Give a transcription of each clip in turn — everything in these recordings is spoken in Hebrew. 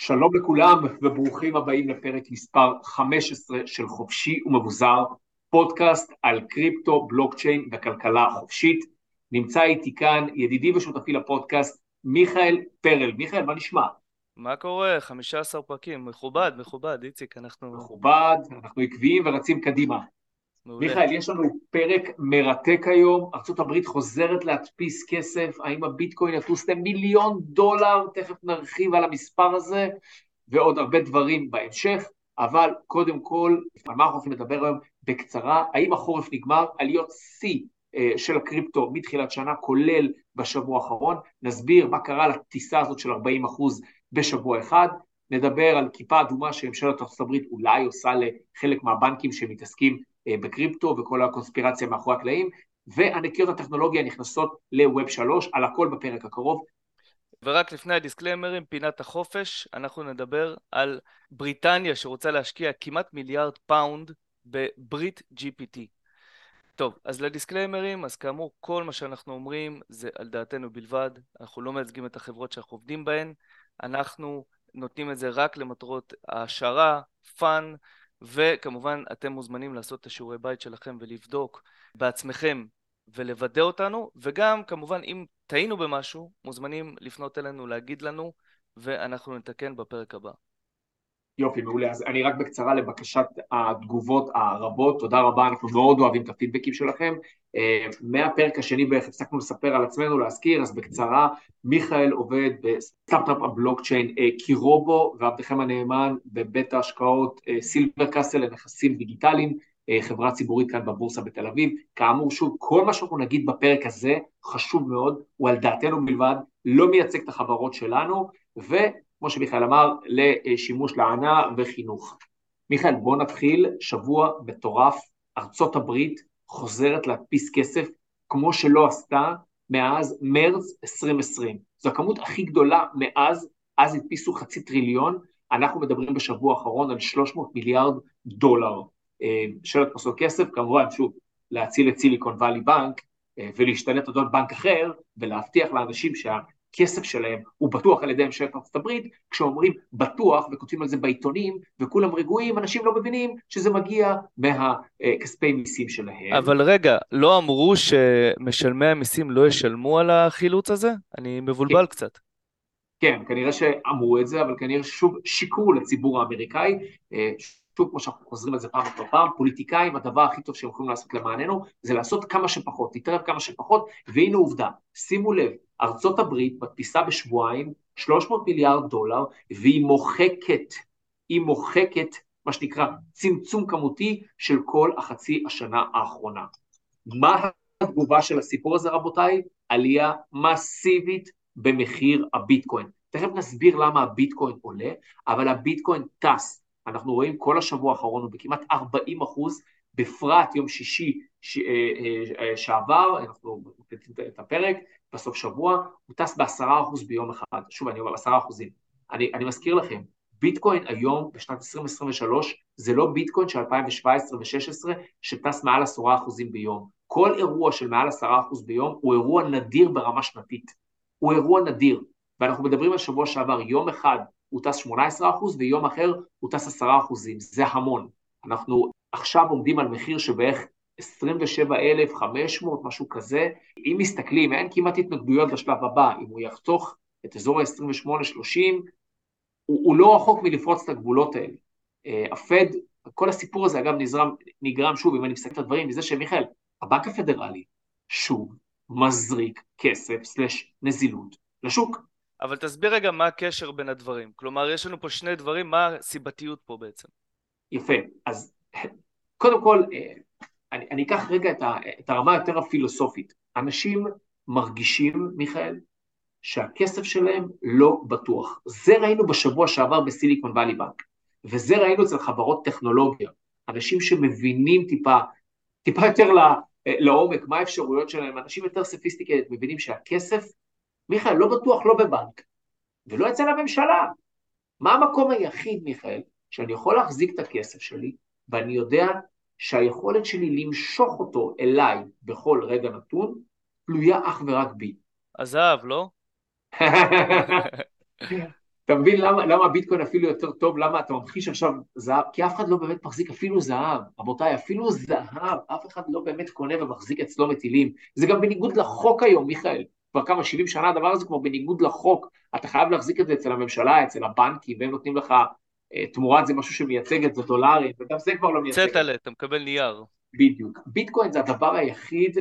שלום לכולם וברוכים הבאים לפרק מספר 15 של חופשי ומבוזר, פודקאסט על קריפטו, בלוקצ'יין וכלכלה חופשית. נמצא איתי כאן ידידי ושותפי לפודקאסט מיכאל פרל. מיכאל, מה נשמע? מה קורה? 15 פרקים, מכובד, מכובד, איציק, אנחנו מכובד, אנחנו עקביים ורצים קדימה. מעולה. מיכאל, יש לנו פרק מרתק היום. ארצות הברית חוזרת להדפיס כסף, האם הביטקוין יטוס למיליון דולר? תכף נרחיב על המספר הזה ועוד הרבה דברים בהמשך, אבל קודם כל, על מה אנחנו הולכים לדבר היום בקצרה? האם החורף נגמר? עליות שיא של הקריפטו מתחילת שנה, כולל בשבוע האחרון. נסביר מה קרה לטיסה הזאת של 40% בשבוע אחד. נדבר על כיפה אדומה שממשלת ארצות הברית אולי עושה לחלק מהבנקים שמתעסקים בקריפטו וכל הקונספירציה מאחורי הקלעים, וענקיות הטכנולוגיה נכנסות לווב 3, על הכל בפרק הקרוב. ורק לפני הדיסקליימרים, פינת החופש, אנחנו נדבר על בריטניה שרוצה להשקיע כמעט מיליארד פאונד בברית GPT. טוב, אז לדיסקליימרים, אז כאמור, כל מה שאנחנו אומרים זה על דעתנו בלבד, אנחנו לא מייצגים את החברות שאנחנו עובדים בהן, אנחנו נותנים את זה רק למטרות העשרה, פאן, וכמובן אתם מוזמנים לעשות את השיעורי בית שלכם ולבדוק בעצמכם ולוודא אותנו, וגם כמובן אם טעינו במשהו, מוזמנים לפנות אלינו, להגיד לנו, ואנחנו נתקן בפרק הבא. יופי, מעולה. אז אני רק בקצרה לבקשת התגובות הרבות, תודה רבה, אנחנו מאוד אוהבים את הפידבקים שלכם. מהפרק השני בערך הפסקנו לספר על עצמנו, להזכיר, אז בקצרה, מיכאל עובד בסטארט-אפ הבלוקצ'יין קירובו, ועבדכם הנאמן בבית ההשקעות סילבר קאסל לנכסים דיגיטליים, חברה ציבורית כאן בבורסה בתל אביב. כאמור, שוב, כל מה שאנחנו נגיד בפרק הזה חשוב מאוד, הוא על דעתנו בלבד, לא מייצג את החברות שלנו, כמו שמיכאל אמר, לשימוש לענה וחינוך. מיכאל, בוא נתחיל. שבוע מטורף, ארצות הברית חוזרת להדפיס כסף כמו שלא עשתה מאז מרץ 2020. זו הכמות הכי גדולה מאז, אז הדפיסו 500 טריליון, אנחנו מדברים בשבוע האחרון על 300 מיליארד דולר של הדפסות כסף, כמובן שוב, להציל את סיליקון ואלי בנק ולהשתלט על בנק אחר, ולהבטיח לאנשים כסף שלהם הוא בטוח על ידי ממשלת ארצות הברית. כשאומרים בטוח וכותבים על זה בעיתונים וכולם רגועים, אנשים לא מבינים שזה מגיע מהכספי מיסים שלהם. אבל רגע, לא אמרו שמשלמי המיסים לא ישלמו על החילוץ הזה? אני כן, מבולבל קצת. כן, כנראה שאמרו את זה, אבל כנראה שוב שיקרו לציבור האמריקאי. שוב, כמו שאנחנו חוזרים על זה פעם אחר פעם, פוליטיקאים, הדבר הכי טוב שהם יכולים לעשות למעננו, זה לעשות כמה שפחות, להתערב כמה שפחות, והנה עובדה, שימו לב, ארצות הברית מדפיסה בשבועיים 300 מיליארד דולר, והיא מוחקת, מה שנקרא, צמצום כמותי של כל החצי השנה האחרונה. מה התגובה של הסיפור הזה, רבותיי? עלייה מסיבית במחיר הביטקוין. תכף נסביר למה הביטקוין עולה, אבל הביטקוין טס. אנחנו רואים כל השבוע האחרון הוא בכמעט 40%, בפרט יום שישי שעבר, אנחנו מקליטים את הפרק, בסוף שבוע, הוא טס ב10% ביום אחד. שוב, אני אומר 10%. אני מזכיר לכם, ביטקוין היום בשנת 2023, זה לא ביטקוין של 2017 ו-2016, שטס מעל 10% ביום. כל אירוע של מעל 10% ביום הוא אירוע נדיר ברמה שנתית. הוא אירוע נדיר. ואנחנו מדברים על שבוע שעבר, יום אחד הוא טס 18% ויום אחר הוא טס 10%. זה המון. אנחנו עכשיו עומדים על מחיר שבערך 27,500, משהו כזה. אם מסתכלים, אין כמעט התנגדויות לשלב הבא. אם הוא יחתוך את אזור ה-28-30, הוא לא רחוק מלפרוץ את הגבולות האלה. הפד, כל הסיפור הזה אגב נגרם שוב, אם אני מסתכל את הדברים, מזה שמיכאל, הבנק הפדרלי שוב מזריק כסף סלש נזילות לשוק. אבל תסביר רגע מה הקשר בין הדברים. כלומר, יש לנו פה שני דברים, מה הסיבתיות פה בעצם? יפה, אז קודם כל, אני אקח רגע את הרמה יותר הפילוסופית. אנשים מרגישים, מיכאל, שהכסף שלהם לא בטוח. זה ראינו בשבוע שעבר בסיליקון ואלי בנק, וזה ראינו אצל חברות טכנולוגיה. אנשים שמבינים טיפה יותר לעומק מה האפשרויות שלהם, אנשים יותר סופיסטיקטד, מבינים שהכסף, מיכאל, לא בטוח לא בבנק, ולא אצל הממשלה. מה המקום היחיד, מיכאל, שאני יכול להחזיק את הכסף שלי, ואני יודע שהיכולת שלי למשוך אותו אליי בכל רגע נתון, תלויה אך ורק בי. הזהב, לא? אתה מבין למה הביטקוין אפילו יותר טוב, למה אתה ממחיש עכשיו זהב, כי אף אחד לא באמת מחזיק אפילו זהב, רבותיי, אפילו זהב, אף אחד לא באמת קונה ומחזיק אצלו מטילים, זה גם בניגוד לחוק היום, מיכאל, כבר כמה 70 שנה הדבר הזה כבר בניגוד לחוק, אתה חייב להחזיק את זה אצל הממשלה, אצל הבנקים, והם נותנים לך תמורת זה משהו שמייצג את זה דולרים, וגם זה כבר לא מייצג את זה. צטלה, אתה מקבל נייר. בדיוק. ביטקוין זה הדבר היחיד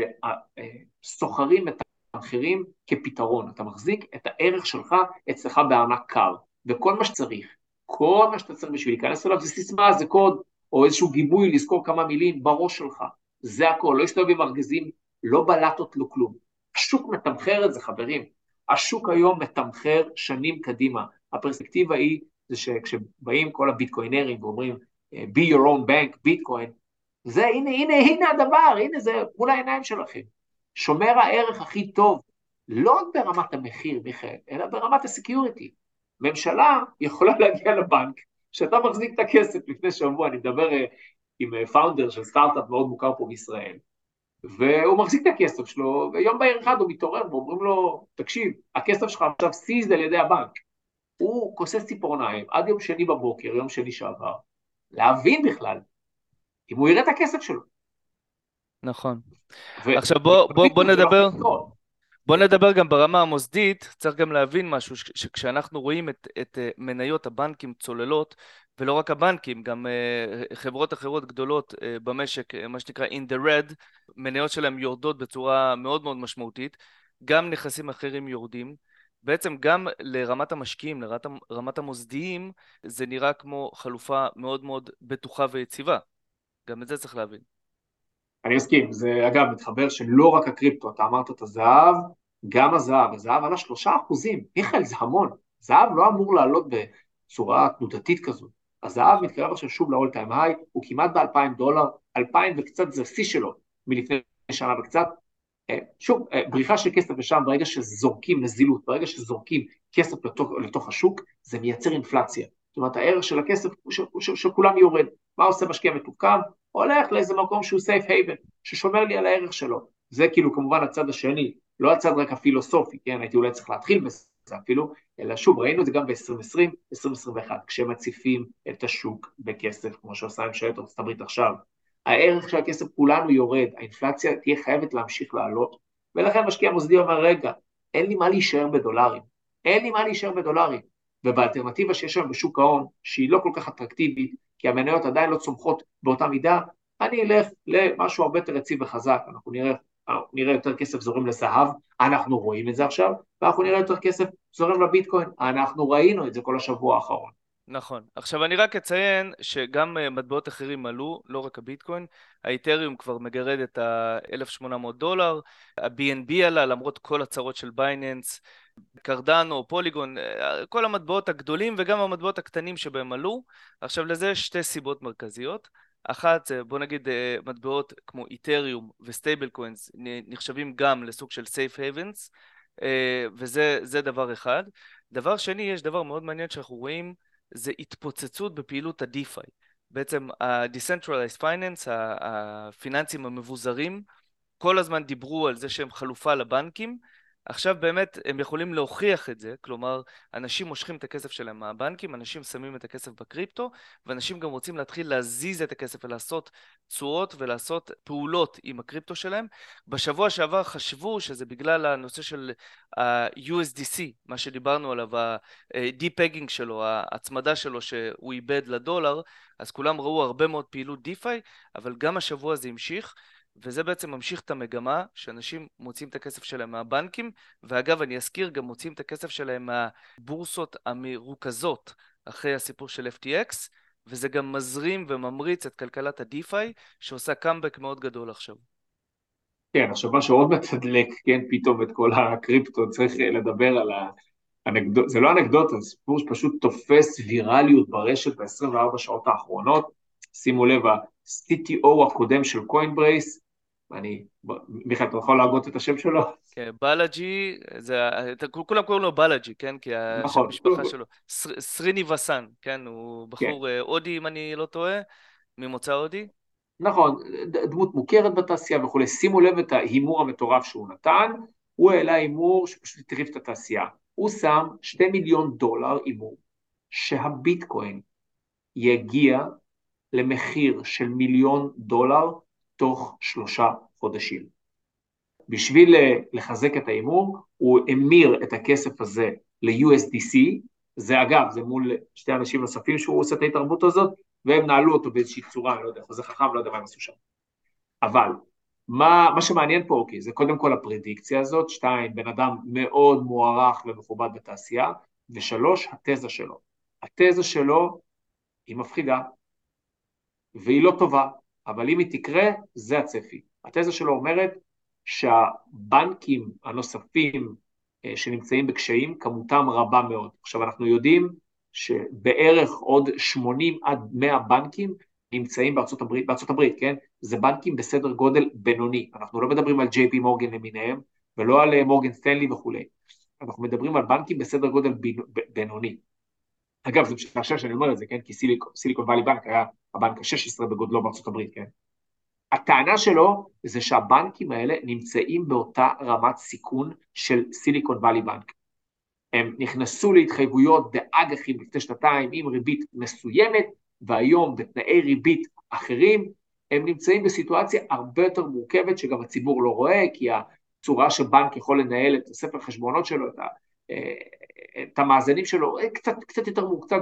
שסוחרים את המחירים כפתרון. אתה מחזיק את הערך שלך אצלך בענק קר, וכל מה שצריך, כל מה שאתה צריך בשביל להיכנס אליו זה סיסמה, זה קוד, או איזשהו גיבוי לזכור כמה מילים בראש שלך. זה הכל, לא יסתובב עם ארגזים, לא בלטות, לא כלום. השוק מתמחר את זה, חברים. השוק היום מתמחר שנים קדימה. הפרספקטיבה היא, זה שכשבאים כל הביטקוינרים ואומרים, be your own bank, ביטקוין, זה, הנה הדבר, הנה זה מול העיניים שלכם. שומר הערך הכי טוב, לא רק ברמת המחיר, מיכאל, אלא ברמת הסקיוריטי. ממשלה יכולה להגיע לבנק, שאתה מחזיק את הכסף לפני שבוע, אני מדבר עם פאונדר של סטארט-אפ מאוד מוכר פה בישראל, והוא מחזיק את הכסף שלו, ויום בהיר אחד הוא מתעורר, ואומרים לו, תקשיב, הכסף שלך עכשיו סיז על ידי הבנק. הוא כוסס ציפורניים עד יום שני בבוקר, יום שני שעבר, להבין בכלל, אם הוא יראה את הכסף שלו. נכון. ו- עכשיו וביטקוין זה לא פתרון. בוא נדבר גם ברמה המוסדית, צריך גם להבין משהו, שכשאנחנו רואים את מניות הבנקים צוללות, ולא רק הבנקים, גם חברות אחרות גדולות במשק, מה שנקרא in the red, מניות שלהם יורדות בצורה מאוד מאוד משמעותית, גם נכסים אחרים יורדים, בעצם גם לרמת המשקיעים, לרמת המוסדיים, זה נראה כמו חלופה מאוד מאוד בטוחה ויציבה. גם את זה צריך להבין. אני מסכים, זה אגב מתחבר שלא רק הקריפטו, אתה אמרת את הזהב, גם הזהב עלה 3%, מיכאל זה המון, זהב לא אמור לעלות בצורה תנודתית כזו, הזהב מתקרב עכשיו שוב ל-all time high, הוא כמעט ב$2,000, 2,000 וקצת זה שיא שלו, מלפני שנה וקצת, שוב, בריחה של כסף בשם, ברגע שזורקים נזילות, ברגע שזורקים כסף לתוך השוק, זה מייצר אינפלציה, זאת אומרת הערך של הכסף שכולם יורד, מה עושה משקיע מתוחכם? הולך לאיזה מקום שהוא safe haven, ששומר לי על הערך שלו. זה כאילו כמובן הצד השני, לא הצד רק הפילוסופי, כן, הייתי אולי צריך להתחיל בזה אפילו, אלא שוב, ראינו את זה גם ב-2020, 2021, כשמציפים את השוק בכסף, כמו שעושה ממשלת ארצות הברית עכשיו, הערך של הכסף כולנו יורד, האינפלציה תהיה חייבת להמשיך לעלות, ולכן משקיע מוסדי אומר, רגע, אין לי מה להישאר בדולרים, אין לי מה להישאר בדולרים, ובאלטרנטיבה שיש היום בשוק ההון, שהיא לא כל כך אטרקטיבית, כי המניות עדיין לא צומחות באותה מידה, אני אלך למשהו הרבה יותר יציב וחזק, אנחנו נראה יותר כסף זורם לזהב, אנחנו רואים את זה עכשיו, ואנחנו נראה יותר כסף זורם לביטקוין, אנחנו ראינו את זה כל השבוע האחרון. נכון. עכשיו אני רק אציין שגם מטבעות אחרים עלו, לא רק הביטקוין, האיתריום כבר מגרד את $1,800, ה-BNB עלה למרות כל הצרות של בייננס, קרדנו, פוליגון, כל המטבעות הגדולים וגם המטבעות הקטנים שבהם עלו. עכשיו לזה יש שתי סיבות מרכזיות. אחת, בוא נגיד מטבעות כמו איתריום וסטייבל קוינס נחשבים גם לסוג של סייף הייבנס, וזה דבר אחד. דבר שני, יש דבר מאוד מעניין שאנחנו רואים, זה התפוצצות בפעילות ה-DeFi. בעצם ה-Decentralized Finance, הפיננסים המבוזרים, כל הזמן דיברו על זה שהם חלופה לבנקים, עכשיו באמת הם יכולים להוכיח את זה, כלומר אנשים מושכים את הכסף שלהם מהבנקים, אנשים שמים את הכסף בקריפטו, ואנשים גם רוצים להתחיל להזיז את הכסף ולעשות תשואות ולעשות פעולות עם הקריפטו שלהם. בשבוע שעבר חשבו שזה בגלל הנושא של ה-USDC, מה שדיברנו עליו, ה-depegging שלו, ההצמדה שלו שהוא איבד לדולר, אז כולם ראו הרבה מאוד פעילות DeFi, אבל גם השבוע זה המשיך, וזה בעצם ממשיך את המגמה שאנשים מוצאים את הכסף שלהם מהבנקים, ואגב אני אזכיר גם מוצאים את הכסף שלהם מהבורסות המרוכזות אחרי הסיפור של FTX, וזה גם מזרים וממריץ את כלכלת ה-DeFi שעושה קאמבק מאוד גדול עכשיו. כן, עכשיו מה שעוד מתדלק, כן, פתאום את כל הקריפטו, צריך לדבר על האנקדוטה, זה לא אנקדוטה, זה סיפור שפשוט תופס ויראליות ברשת ב-24 שעות האחרונות, שימו לב, ה-CTO הקודם של קוינברייס, מיכאל, אתה יכול להגות את השם שלו? כן, בלאג'י, כולם קוראים לו בלאג'י, כן? כי השם המשפחה שלו, סריני וסן, כן? הוא בחור הודי, אם אני לא טועה, ממוצא הודי. נכון, דמות מוכרת בתעשייה וכולי, שימו לב את ההימור המטורף שהוא נתן, הוא העלה הימור שפשוט הטריף את התעשייה. הוא שם $2 מיליון הימור, שהביטקוין יגיע למחיר של $1,000,000 תוך 3 חודשים. בשביל לחזק את האימור, הוא אמיר את הכסף הזה ל-USDC, זה אגב, זה מול שתי אנשים נוספים שהוא עושה את ההתערבות הזאת, והם נעלו אותו באיזושהי צורה, אני לא יודע, זה חכם, לא יודע מה הם עשו שם. אבל, מה שמעניין פה, אוקיי, זה קודם כל הפרדיקציה הזאת, 2, בן אדם מאוד מוערך ומכובד בתעשייה, ו3, התזה שלו. התזה שלו היא מפחידה, והיא לא טובה, אבל אם היא תקרה, זה הצפי. התזה שלו אומרת שהבנקים הנוספים שנמצאים בקשיים, כמותם רבה מאוד. עכשיו אנחנו יודעים שבערך עוד 80 עד 100 בנקים נמצאים בארצות הברית, כן? זה בנקים בסדר גודל בינוני. אנחנו לא מדברים על JP מורגן למיניהם, ולא על מורגן סטנלי וכו'. אנחנו מדברים על בנקים בסדר גודל בינוני. אגב, זה משעשע שאני אומר את זה, כן? כי סיליקון ואלי בנק היה הבנק ה-16 בגודלו בארצות הברית, כן? הטענה שלו זה שהבנקים האלה נמצאים באותה רמת סיכון של סיליקון ואלי בנק. הם נכנסו להתחייבויות באג"חים לפני 2 עם ריבית מסוימת, והיום בתנאי ריבית אחרים, הם נמצאים בסיטואציה הרבה יותר מורכבת, שגם הציבור לא רואה, כי הצורה שבנק יכול לנהל את הספר חשבונות שלו, את המאזנים שלו, קצת יותר מורכב.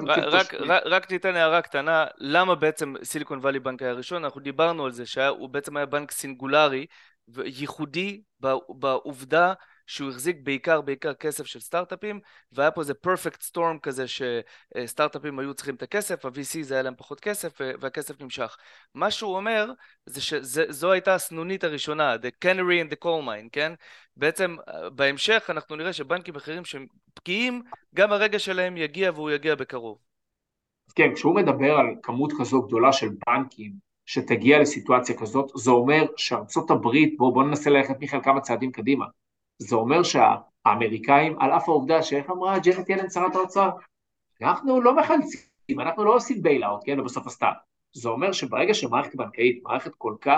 רק ניתן הערה קטנה, למה בעצם סיליקון ואלי בנק היה ראשון? אנחנו דיברנו על זה שהוא בעצם היה בנק סינגולרי וייחודי בעובדה שהוא החזיק בעיקר כסף של סטארט-אפים, והיה פה איזה perfect storm כזה שסטארט-אפים היו צריכים את הכסף, ה-VC זה היה להם פחות כסף והכסף נמשך. מה שהוא אומר זה שזו הייתה הסנונית הראשונה, the canary in the coal mine, כן? בעצם בהמשך אנחנו נראה שבנקים אחרים שהם פגיעים, גם הרגע שלהם יגיע והוא יגיע בקרוב. כן, כשהוא מדבר על כמות כזו גדולה של בנקים שתגיע לסיטואציה כזאת, זה אומר שארצות הברית, בואו ננסה ללכת מיכאל כמה צעדים קדימה, זה אומר שהאמריקאים, על אף העובדה שאיך אמרה ג'נט ילן שרת האוצר, אנחנו לא מחלצים, אנחנו לא עושים בייל-אוט, כן, ובסוף הסתם. זה אומר שברגע שמערכת בנקאית, מערכת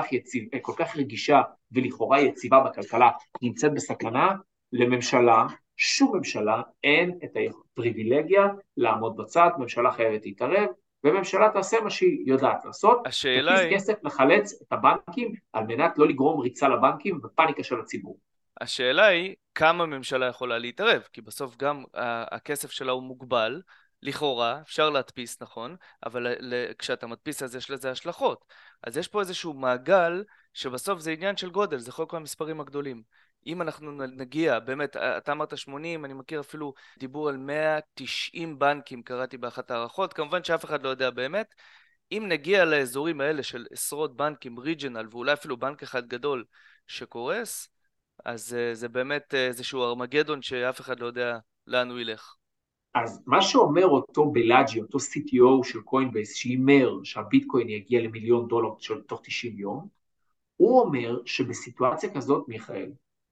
כל כך רגישה ולכאורה יציבה בכלכלה, נמצאת בסכנה, לממשלה, שום ממשלה, אין את הפריבילגיה לעמוד בצד, ממשלה חייבת להתערב, וממשלה תעשה מה שהיא יודעת לעשות, השאלה היא... כסף לחלץ את הבנקים, על מנת לא לגרום ריצה לבנקים ופניקה של הציבור. השאלה היא כמה ממשלה יכולה להתערב, כי בסוף גם הכסף שלה הוא מוגבל, לכאורה, אפשר להדפיס, נכון, אבל כשאתה מדפיס אז יש לזה השלכות. אז יש פה איזשהו מעגל שבסוף זה עניין של גודל, זה חוק מהמספרים הגדולים. אם אנחנו נגיע, באמת, אתה אמרת 80, אני מכיר אפילו דיבור על 190 בנקים, קראתי באחת הערכות, כמובן שאף אחד לא יודע באמת. אם נגיע לאזורים האלה של עשרות בנקים, ריג'נל, ואולי אפילו בנק אחד גדול שקורס, אז זה באמת איזשהו ארמגדון שאף אחד לא יודע לאן הוא ילך. אז מה שאומר אותו בלאג'י, אותו CTO של קוינבייס, שאימר שהביטקוין יגיע ל$1,000,000 תוך 90 יום, הוא אומר שבסיטואציה כזאת, מיכאל,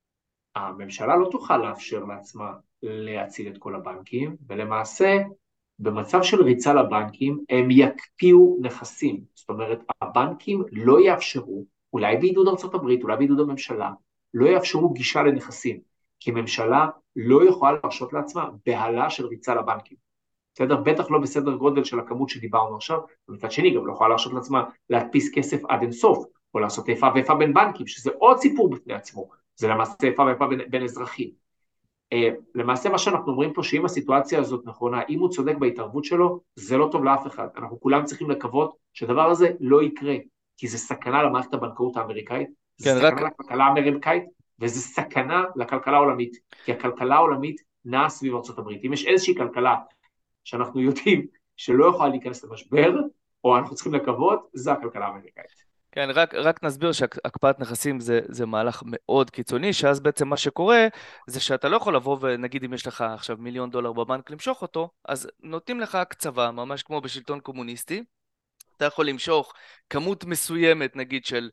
הממשלה לא תוכל לאפשר לעצמה להציל את כל הבנקים, ולמעשה, במצב של ריצה לבנקים, הם יקפיאו נכסים. זאת אומרת, הבנקים לא יאפשרו, אולי בעידוד ארצות הברית, אולי בעידוד הממשלה, לא יאפשרו גישה לנכסים, כי ממשלה לא יכולה להרשות לעצמה בהלה של ריצה לבנקים. בסדר? בטח לא בסדר גודל של הכמות שדיברנו עכשיו, ומצד שני גם לא יכולה להרשות לעצמה להדפיס כסף עד אינסוף, או לעשות איפה ואיפה בין בנקים, שזה עוד סיפור בפני עצמו, זה למעשה איפה ואיפה בין אזרחים. למעשה מה שאנחנו אומרים פה, שאם הסיטואציה הזאת נכונה, אם הוא צודק בהתערבות שלו, זה לא טוב לאף אחד. אנחנו כולם צריכים לקוות שדבר הזה לא יקרה, כי זה סכנה למערכת הבנקאות האמריקאית, זה סכנה לכלכלה האמריקאית, וזה סכנה לכלכלה העולמית, כי הכלכלה העולמית נעה סביב ארצות הברית. אם יש איזושהי כלכלה שאנחנו יודעים שלא יכולה להיכנס למשבר, או אנחנו צריכים לקוות, זה הכלכלה האמריקאית. כן, רק נסביר שהקפאת נכסים זה מהלך מאוד קיצוני, שאז בעצם מה שקורה זה שאתה לא יכול לבוא ונגיד אם יש לך עכשיו $1,000,000 בבנק למשוך אותו, אז נותנים לך הקצבה, ממש כמו בשלטון קומוניסטי, אתה יכול למשוך כמות מסוימת נגיד של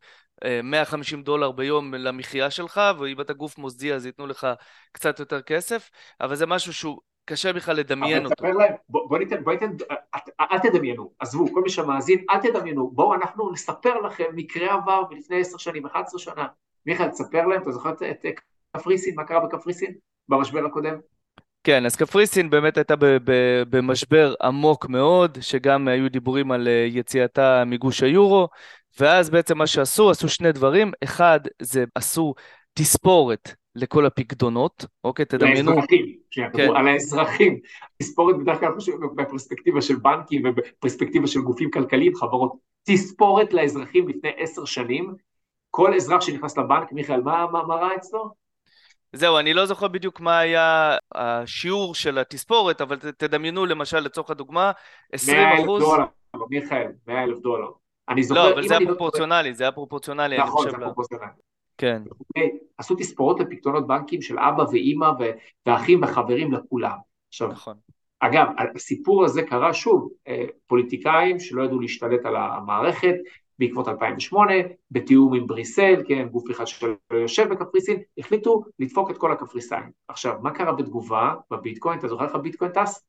$150 ביום למחיה שלך, ואם אתה גוף מוסדי אז ייתנו לך קצת יותר כסף, אבל זה משהו שהוא קשה בכלל לדמיין אותו. בוא ניתן, אל תדמיינו, עזבו, כל מי שמאזין, אל תדמיינו, בואו אנחנו נספר לכם מקרה עבר מלפני 10 שנים, 11 שנה, מיכאל, תספר להם, אתה זוכר את קפריסין, מה קרה בקפריסין במשבר הקודם? כן, אז קפריסין באמת הייתה במשבר עמוק מאוד, שגם היו דיבורים על יציאתה מגוש היורו, ואז בעצם מה שעשו, עשו שני דברים, אחד זה עשו תספורת לכל הפקדונות, אוקיי, תדמיינו, לאזרחים, כן, על האזרחים. תספורת בדרך כלל חשוב בפרספקטיבה של בנקים ובפרספקטיבה של גופים כלכליים, חברות. תספורת לאזרחים לפני 10 שנים, כל אזרח שנכנס לבנק, מיכאל, מה ראה אצלו? זהו, אני לא זוכר בדיוק מה היה השיעור של התספורת, אבל תדמיינו למשל לצורך הדוגמה, 100,000 20%, דולר, מיכאל, 100,000 דולר. אני לא, זוכר, אבל אם זה היה אני לא טועה, פרופורציונלי, זה היה פרופורציונלי, אני נכון, חושב, זה פרופורציונלי. כן, עשו תספורות לפקדונות בנקים של אבא ואימא ואחים וחברים לכולם. עכשיו, נכון, אגב, הסיפור הזה קרה שוב, פוליטיקאים שלא ידעו להשתלט על המערכת בעקבות 2008, בתיאום עם בריסל, כן, גוף אחד שיושב בקפריסין, החליטו לדפוק את כל הקפריסאים. עכשיו, מה קרה בתגובה בביטקוין? אתה זוכר איך הביטקוין טס?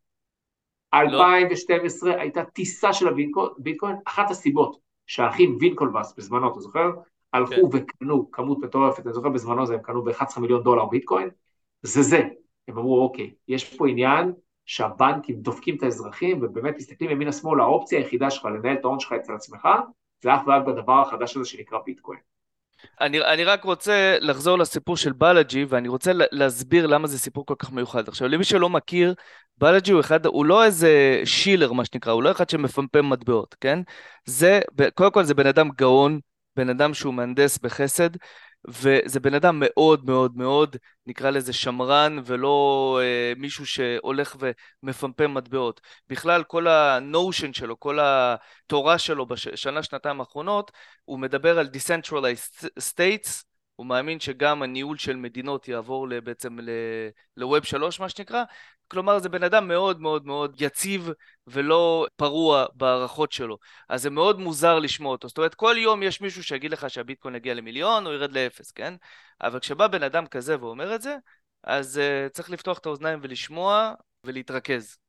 לא, 2012 הייתה טיסה של הביטקוין, אחת הסיבות שהאחים וינקולבס בזמנו, אתה זוכר? כן. הלכו וקנו כמות מטורפת, אני זוכר בזמנו זה הם קנו ב-11 מיליון דולר ביטקוין, זה. הם אמרו, אוקיי, יש פה עניין שהבנקים דופקים את האזרחים, ובאמת מסתכלים ימינה שמאל, האופציה היחידה שלך לנהל את ההון שלך אצל עצמך, זה אך ורק בדבר החדש הזה שנקרא ביטקוין. אני רק רוצה לחזור לסיפור של בלאג'י, ואני רוצה להסביר למה זה סיפור כל כך מיוחד. עכשיו, למי שלא מכיר, בלאג'י הוא לא איזה שילר, מה שנקרא, הוא לא אחד שמפמפם מטבעות, כן? קודם כל זה בן אדם גאון, בן אדם שהוא מהנדס בחסד, וזה בן אדם מאוד מאוד מאוד, נקרא לזה שמרן, ולא מישהו שהולך ומפמפם מטבעות. בכלל, כל הנושן שלו, כל התורה שלו בשנה, שנתיים האחרונות, הוא מדבר על Decentralized States, הוא מאמין שגם הניהול של מדינות יעבור בעצם ל-Web 3, מה שנקרא, כלומר זה בן אדם מאוד מאוד מאוד יציב ולא פרוע בהערכות שלו, אז זה מאוד מוזר לשמוע אותו, זאת אומרת כל יום יש מישהו שיגיד לך שהביטקוין יגיע למיליון או ירד לאפס, כן? אבל כשבא בן אדם כזה ואומר את זה, אז צריך לפתוח את האוזניים ולשמוע ולהתרכז.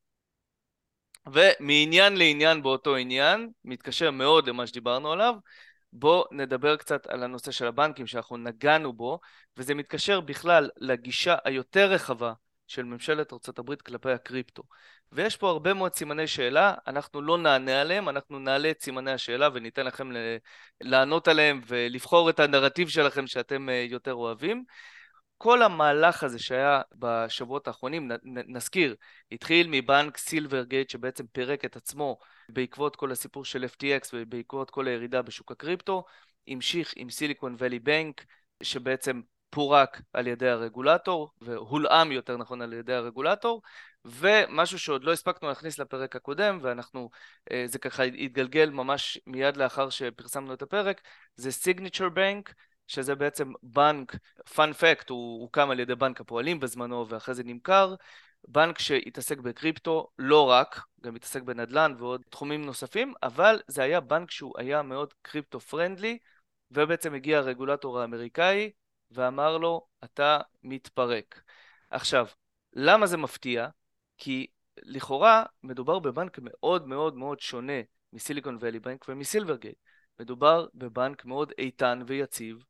ומעניין לעניין באותו עניין, מתקשר מאוד למה שדיברנו עליו, בוא נדבר קצת על הנושא של הבנקים שאנחנו נגענו בו, וזה מתקשר בכלל לגישה היותר רחבה של ממשלת ארצות הברית כלפי הקריפטו. ויש פה הרבה מאוד סימני שאלה, אנחנו לא נענה עליהם, אנחנו נעלה את סימני השאלה וניתן לכם לענות עליהם ולבחור את הנרטיב שלכם שאתם יותר אוהבים. כל המהלך הזה שהיה בשבועות האחרונים, נזכיר, התחיל מבנק סילברגייט שבעצם פירק את עצמו בעקבות כל הסיפור של FTX ובעקבות כל הירידה בשוק הקריפטו, המשיך עם סיליקון ואלי בנק שבעצם פורק על ידי הרגולטור והולאם יותר נכון על ידי הרגולטור, ומשהו שעוד לא הספקנו להכניס לפרק הקודם ואנחנו, זה ככה התגלגל ממש מיד לאחר שפרסמנו את הפרק, זה סיגניצ'ר בנק, שזה בעצם בנק, פאנ פקט, הוא הוקם על ידי בנק הפועלים בזמנו ואחרי זה נמכר, בנק שהתעסק בקריפטו, לא רק, גם התעסק בנדל"ן ועוד תחומים נוספים, אבל זה היה בנק שהוא היה מאוד קריפטו פרנדלי, ובעצם הגיע הרגולטור האמריקאי ואמר לו, אתה מתפרק. עכשיו, למה זה מפתיע? כי לכאורה מדובר בבנק מאוד מאוד מאוד שונה מסיליקון ואלי בנק ומסילברגייט. מדובר בבנק מאוד איתן ויציב,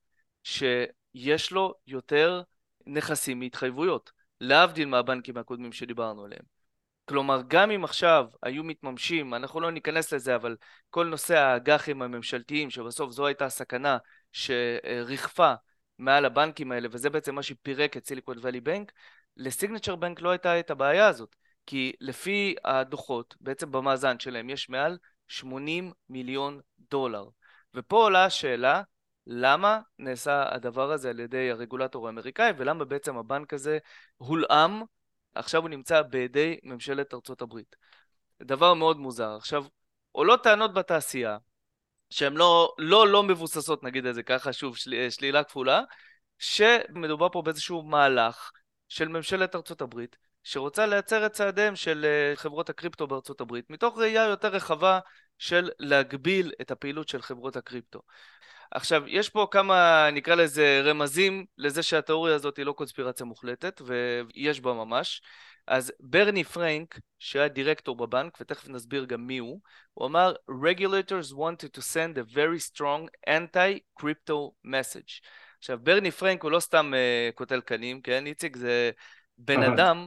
שיש לו יותר נכסים מהתחייבויות, להבדיל מהבנקים הקודמים שדיברנו עליהם. כלומר, גם אם עכשיו היו מתממשים, אנחנו לא ניכנס לזה, אבל כל נושא האג"חים הממשלתיים, שבסוף זו הייתה הסכנה שרחפה מעל הבנקים האלה, וזה בעצם מה שפירק את סיליקון ואלי בנק, לסיגנצ'ר בנק לא הייתה את הבעיה הזאת, כי לפי הדוחות, בעצם במאזן שלהם, יש מעל 80 מיליון דולר. ופה עולה השאלה, למה נעשה הדבר הזה על ידי הרגולטור האמריקאי, ולמה בעצם הבנק הזה הולאם, עכשיו הוא נמצא בידי ממשלת ארצות הברית. דבר מאוד מוזר. עכשיו, עולות טענות בתעשייה, שהן לא מבוססות, נגיד את זה ככה, שוב, שלילה כפולה, שמדובר פה באיזשהו מהלך של ממשלת ארצות הברית, שרוצה לייצר את צעדיהם של חברות הקריפטו בארצות הברית, מתוך ראייה יותר רחבה של להגביל את הפעילות של חברות הקריפטו. עכשיו, יש פה כמה, נקרא לזה, רמזים לזה שהתיאוריה הזאת היא לא קונספירציה מוחלטת, ויש בה ממש. אז ברני פרנק, שהיה דירקטור בבנק, ותכף נסביר גם מי הוא אמר, Regulators wanted to send a very strong anti-crypto message. עכשיו, ברני פרנק הוא לא סתם קוטל קנים, כן, איציק? זה בן אדם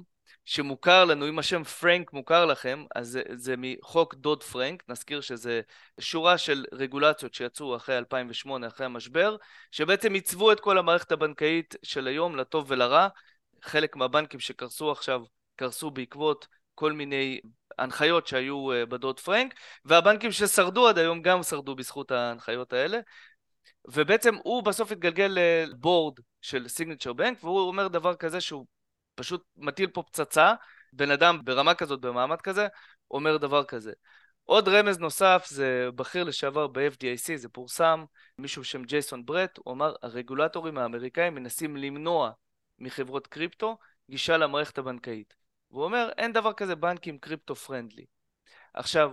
שמוכר לנו, אם השם פרנק מוכר לכם, אז זה מחוק דוד פרנק, נזכיר שזה שורה של רגולציות שיצאו אחרי 2008, אחרי המשבר, שבעצם עיצבו את כל המערכת הבנקאית של היום, לטוב ולרע. חלק מהבנקים שקרסו עכשיו, קרסו בעקבות כל מיני הנחיות שהיו בדוד פרנק, והבנקים ששרדו עד היום גם שרדו בזכות ההנחיות האלה. ובעצם הוא בסוף התגלגל לבורד של סיגנצ'ר בנק, והוא אומר דבר כזה שהוא פשוט מטיל פה פצצה. בן אדם ברמה כזאת, במעמד כזה, אומר דבר כזה. עוד רמז נוסף, זה בכיר לשעבר ב-FDIC, זה פורסם, מישהו בשם ג'ייסון ברט, הוא אמר, הרגולטורים האמריקאים מנסים למנוע מחברות קריפטו גישה למערכת הבנקאית. והוא אומר, אין דבר כזה בנקים קריפטו פרנדלי. עכשיו,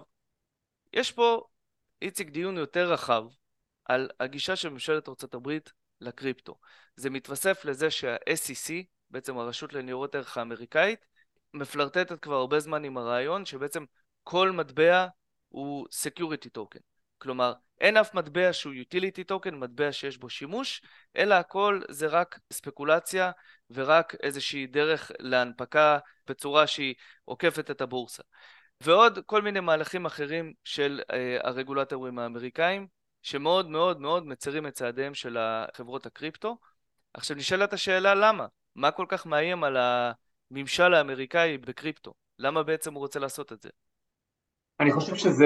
יש פה, איציק, דיון יותר רחב על הגישה של ממשלת ארצות הברית לקריפטו. זה מתווסף לזה שה-SEC, בעצם הרשות לניירות ערך האמריקאית, מפלרטטת כבר הרבה זמן עם הרעיון שבעצם כל מטבע הוא security token. כלומר, אין אף מטבע שהוא utility token, מטבע שיש בו שימוש, אלא הכל זה רק ספקולציה ורק איזושהי דרך להנפקה בצורה שהיא עוקפת את הבורסה. ועוד כל מיני מהלכים אחרים של הרגולטורים האמריקאים, שמאוד מאוד מאוד מצרים את צעדיהם של החברות הקריפטו. עכשיו נשאלת השאלה למה? מה כל כך מאיים על הממשל האמריקאי בקריפטו? למה בעצם הוא רוצה לעשות את זה? אני חושב שזה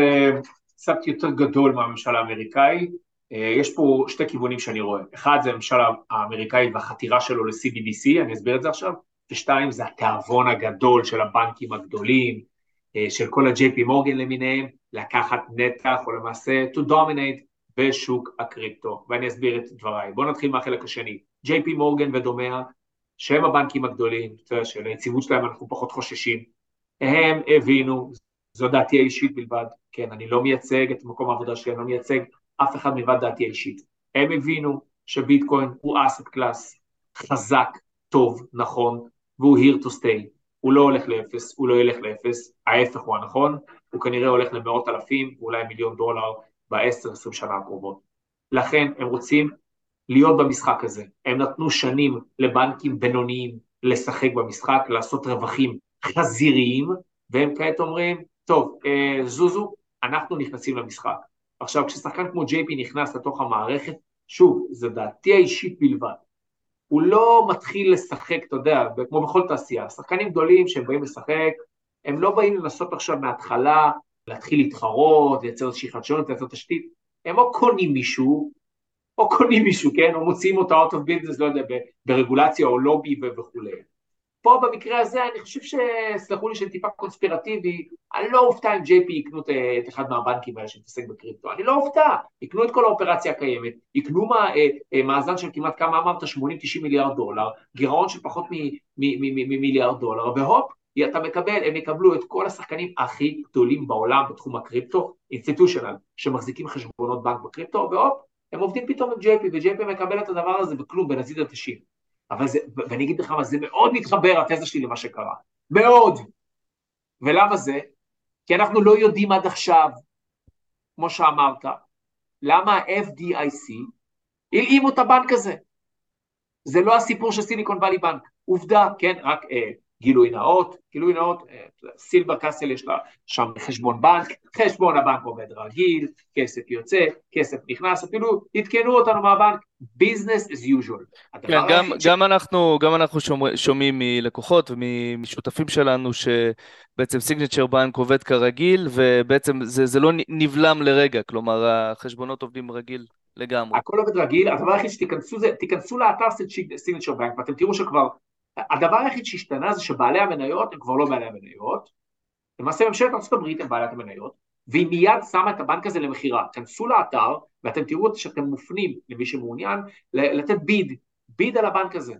קצת יותר גדול מהממשל האמריקאי. יש פה שתי כיוונים שאני רואה. אחד זה הממשל האמריקאי והחתירה שלו ל-CBDC, אני אסביר את זה עכשיו, ושתיים זה התיאבון הגדול של הבנקים הגדולים, של כל ה-JP מורגן למיניהם, לקחת נתח או למעשה to dominate בשוק הקריפטו, ואני אסביר את דבריי. בואו נתחיל מהחלק השני. JP מורגן ודומיה, שהם הבנקים הגדולים, של היציבות שלהם אנחנו פחות חוששים, הם הבינו, זו דעתי האישית בלבד, כן, אני לא מייצג את מקום העבודה שלי, אני לא מייצג אף אחד מלבד דעתי האישית. הם הבינו שביטקוין הוא אסט קלאס חזק, טוב, נכון, והוא here to stay. הוא לא הולך לאפס, הוא לא ילך לאפס, ההפך הוא הנכון, הוא כנראה הולך למאות אלפים, אולי $1,000,000 ב-10-20 שנה הקרובות. לכן הם רוצים להיות במשחק הזה. הם נתנו שנים לבנקים בינוניים לשחק במשחק, לעשות רווחים חזיריים, והם כעת אומרים, טוב, זוזו, אנחנו נכנסים למשחק. עכשיו, כששחקן כמו JP נכנס לתוך המערכת, שוב, זו דעתי האישית בלבד. הוא לא מתחיל לשחק, אתה יודע, כמו בכל תעשייה, שחקנים גדולים שהם באים לשחק, הם לא באים לנסות עכשיו מההתחלה, להתחיל להתחרות, לייצר איזושהי חדשנות, לייצר תשתית, הם או קונים מישהו, כן, או מוציאים אותו out of business, לא יודע, ברגולציה או לובי וכו'. פה במקרה הזה אני חושב סלחו לי שאני טיפה קונספירטיבי, אני לא אופתע אם JP יקנו את אחד מהבנקים האלה שמתעסק בקריפטו, אני לא אופתע, יקנו את כל האופרציה הקיימת, יקנו מאזן של כמעט כמה אמרת, $80-90 מיליארד, גירעון של פחות ממיליארד דולר, והופ, אתה מקבל, הם יקבלו את כל השחקנים הכי גדולים בעולם בתחום הקריפטו, אינסטיטושנל, שמחזיקים חשבונות בנק בקריפטו, והופ, הם עובדים פתאום עם JP, ו-JP מקבל את הדבר הזה בכלום, בנזיד עדשים. אבל זה, ואני אגיד לך מה, זה מאוד מתחבר התזה שלי למה שקרה. מאוד. ולמה זה? כי אנחנו לא יודעים עד עכשיו, כמו שאמרת, למה ה-FDIC הלאימו את הבנק הזה. זה לא הסיפור של סיליקון ואלי בנק. עובדה, כן, רק גילוי נאות, סילבר קאסל יש לה שם חשבון בנק, חשבון הבנק עובד רגיל, כסף יוצא, כסף נכנס, אפילו התקנו אותנו מהבנק, business as usual. כן, גם אנחנו שומעים מלקוחות ומשותפים שלנו שבעצם סיגנצ'ר בנק עובד כרגיל, ובעצם זה לא נבלם לרגע, כלומר החשבונות עובדים רגיל לגמרי. הכל עובד רגיל, הדבר היחיד שתיכנסו לאתר סיגנצ'ר בנק, ואתם תראו שכבר, הדבר היחיד שהשתנה זה שבעלי המניות הם כבר לא בעלי המניות, למעשה ממשלת ארצות הברית הם בעלי המניות, והיא מיד שמה את הבנק הזה למחירה. כנסו לאתר, ואתם תראו שאתם מופנים למי שמעוניין, לתת ביד על הבנק הזה.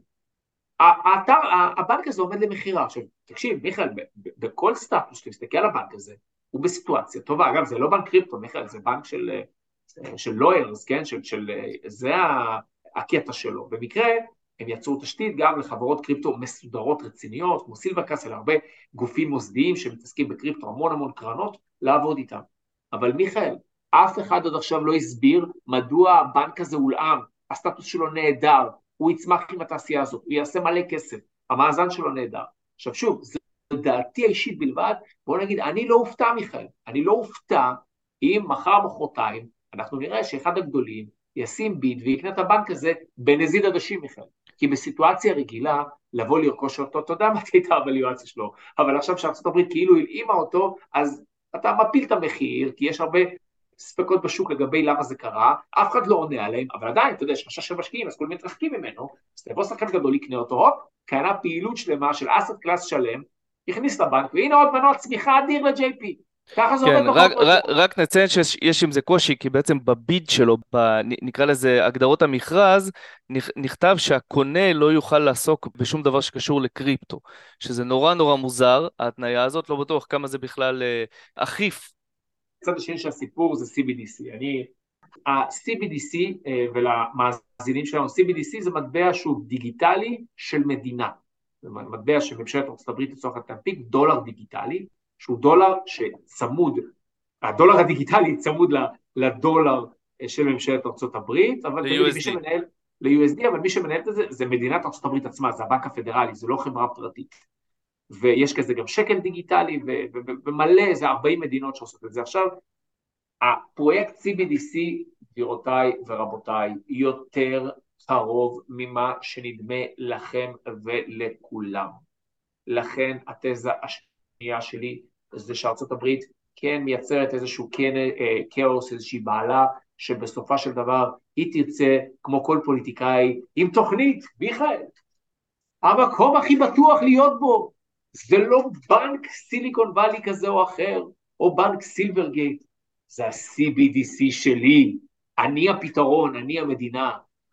הבנק הזה עומד למחירה. עכשיו, תקשיב, מיכאל, בכל סטטוס שתסתכל על הבנק הזה, הוא בסיטואציה טובה. אגב, זה לא בנק קריפטו, מיכאל, זה בנק של לוירס, כן? זה הקטע שלו. במקרה, הם יצרו תשתית גם לחברות קריפטו מסודרות רציניות, כמו סילבר קאסל, הרבה גופים מוסדיים שמתעסקים בקריפטו, המון קרנות, לעבוד איתם. אבל מיכאל, אף אחד עוד עכשיו לא הסביר מדוע הבנק הזה הולאם, הסטטוס שלו נהדר, הוא יצמח עם התעשייה הזאת, הוא יעשה מלא כסף, המאזן שלו נהדר. עכשיו שוב, דעתי האישית בלבד, בוא נגיד, אני לא אופתע מיכאל, אני לא אופתע אם מחר מחרתיים אנחנו נראה שאחד הגדולים ישים ביד ויקנה את הבנק הזה בנזיד עדשים מיכאל. כי בסיטואציה רגילה, לבוא לרכוש אותו, אתה יודע מה הייתה הווליואציה שלו, אבל עכשיו שארצות הברית כאילו הלאימה אותו, אז אתה מפיל את המחיר, כי יש הרבה ספקות בשוק לגבי למה זה קרה, אף אחד לא עונה עליהם, אבל עדיין, אתה יודע, יש חשש של משקיעים, אז כולם מתרחקים ממנו, אז תבוא שחקן גדול יקנה אותו, הופ, קיינה פעילות שלמה של אסט קלאס שלם, הכניס לבנק, והנה עוד מנוע צמיחה אדיר ל-JP. ככה זה עובד כן, בחברות. רק נציין שיש עם זה קושי, כי בעצם בביד שלו, נקרא לזה הגדרות המכרז, נכתב שהקונה לא יוכל לעסוק בשום דבר שקשור לקריפטו, שזה נורא נורא מוזר, ההתניה הזאת, לא בטוח כמה זה בכלל אכיף. הצד השני של הסיפור זה CBDC. ה-CBDC, ולמאזינים שלנו, CBDC זה מטבע שהוא דיגיטלי של מדינה. זה מטבע שממשלת ארצות הברית לצורך תנפיק דולר דיגיטלי, שהוא דולר שצמוד, הדולר הדיגיטלי צמוד לדולר של ממשלת ארצות הברית, אבל תגידי, מי שמנהל, ל-USD, אבל מי שמנהל את זה, זה מדינת ארצות הברית עצמה, זה הבנק הפדרלי, זה לא חברה פרטית. ויש כזה גם שקל דיגיטלי, ומלא, זה 40 מדינות שעושות את זה. עכשיו, הפרויקט CBDC, גבירותיי ורבותיי, יותר קרוב ממה שנדמה לכם ולכולם. לכן התזה השנייה שלי זה שארצות הברית כן מייצרת איזשהו כאוס, איזושהי בעלה, שבסופה של דבר היא תרצה, כמו כל פוליטיקאי, עם תוכנית, מיכאל, המקום הכי בטוח להיות בו, זה לא בנק סיליקון ואלי כזה או אחר, או בנק סילברגייט, זה ה-CBDC שלי, אני הפתרון, אני המדינה,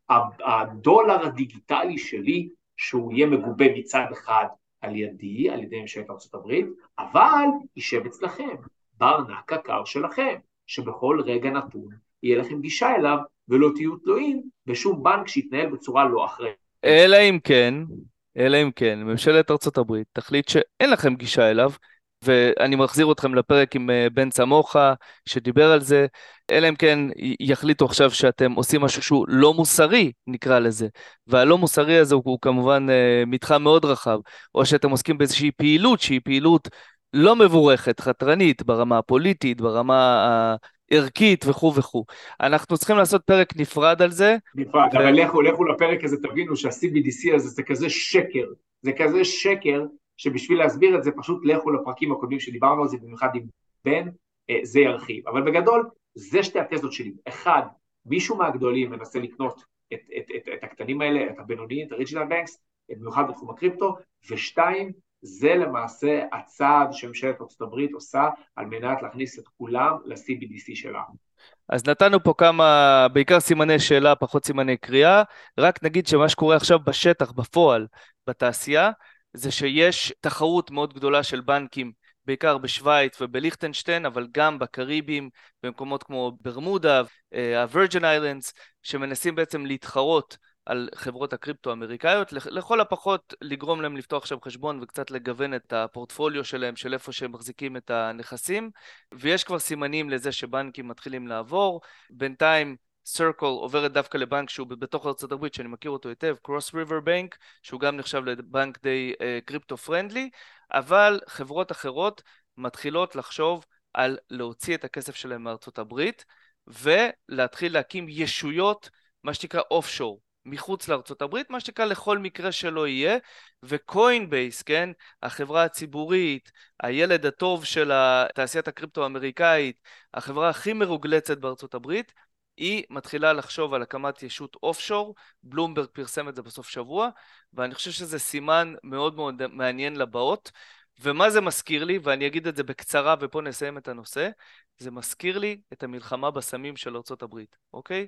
הדולר הדיגיטלי שלי, שהוא יהיה מגובה מצד אחד על ידי, על ידי ממשלת ארצות הברית, אבל יישב אצלכם, בארנק הקר שלכם, שבכל רגע נתון יהיה לכם גישה אליו, ולא תהיו תלויים בשום בנק שיתנהל בצורה לא אחרת. אלא אם כן, ממשלת ארצות הברית תחליט שאין לכם גישה אליו, ואני מחזיר אתכם לפרק עם בן צמוחה שדיבר על זה, אלא אם כן יחליטו עכשיו שאתם עושים משהו שהוא לא מוסרי, נקרא לזה, והלא מוסרי הזה הוא כמובן מתחם מאוד רחב, או שאתם עוסקים באיזושהי פעילות שהיא פעילות לא מבורכת, חתרנית, ברמה הפוליטית, ברמה ערכית וכו' וכו'. אנחנו צריכים לעשות פרק נפרד על זה. נפרד, אבל לכו לפרק הזה, תבינו שה-CBDC הזה זה כזה שקר, זה כזה שקר, שבשביל להסביר את זה פשוט לכו לפרקים הקודמים שדיברנו על זה, במיוחד עם בן, זה ירחיב. אבל בגדול, זה שתי התזות שלי. אחד, מישהו מהגדולים מנסה לקנות את הקטנים האלה, את הבינוניים, את ה-Regional Banks, במיוחד בתחום הקריפטו, ושתיים, זה למעשה הצעד שממשלת ארצות הברית עושה על מנת להכניס את כולם ל-CBDC שלה. אז נתנו פה כמה, בעיקר סימני שאלה, פחות סימני קריאה, רק נגיד שמה שקורה עכשיו בשטח, בפועל, בתעשייה, זה שיש תחרות מאוד גדולה של בנקים, בעיקר בשוויץ ובליכטנשטיין, אבל גם בקריבים, במקומות כמו ברמודה, הווירג'ן איילנדס, שמנסים בעצם להתחרות על חברות הקריפטו האמריקאיות, לכל הפחות לגרום להם לפתוח שם חשבון וקצת לגוון את הפורטפוליו שלהם, של איפה שהם מחזיקים את הנכסים, ויש כבר סימנים לזה שבנקים מתחילים לעבור. בינתיים Circle עוברת דווקא לבנק שהוא בתוך ארצות הברית, שאני מכיר אותו היטב, Cross River Bank, שהוא גם נחשב לבנק די קריפטו פרנדלי, אבל חברות אחרות מתחילות לחשוב על להוציא את הכסף שלהם מארצות הברית, ולהתחיל להקים ישויות, מה שנקרא אוף-שור, מחוץ לארצות הברית, מה שנקרא לכל מקרה שלא יהיה, וקוינבייס, כן, החברה הציבורית, הילד הטוב של תעשיית הקריפטו האמריקאית, החברה הכי מרוגלצת בארצות הברית, היא מתחילה לחשוב על הקמת ישות אוף-שור, בלומברג פרסם את זה בסוף שבוע, ואני חושב שזה סימן מאוד מאוד מעניין לבאות, ומה זה מזכיר לי, ואני אגיד את זה בקצרה ופה נסיים את הנושא, זה מזכיר לי את המלחמה בסמים של ארצות הברית, אוקיי?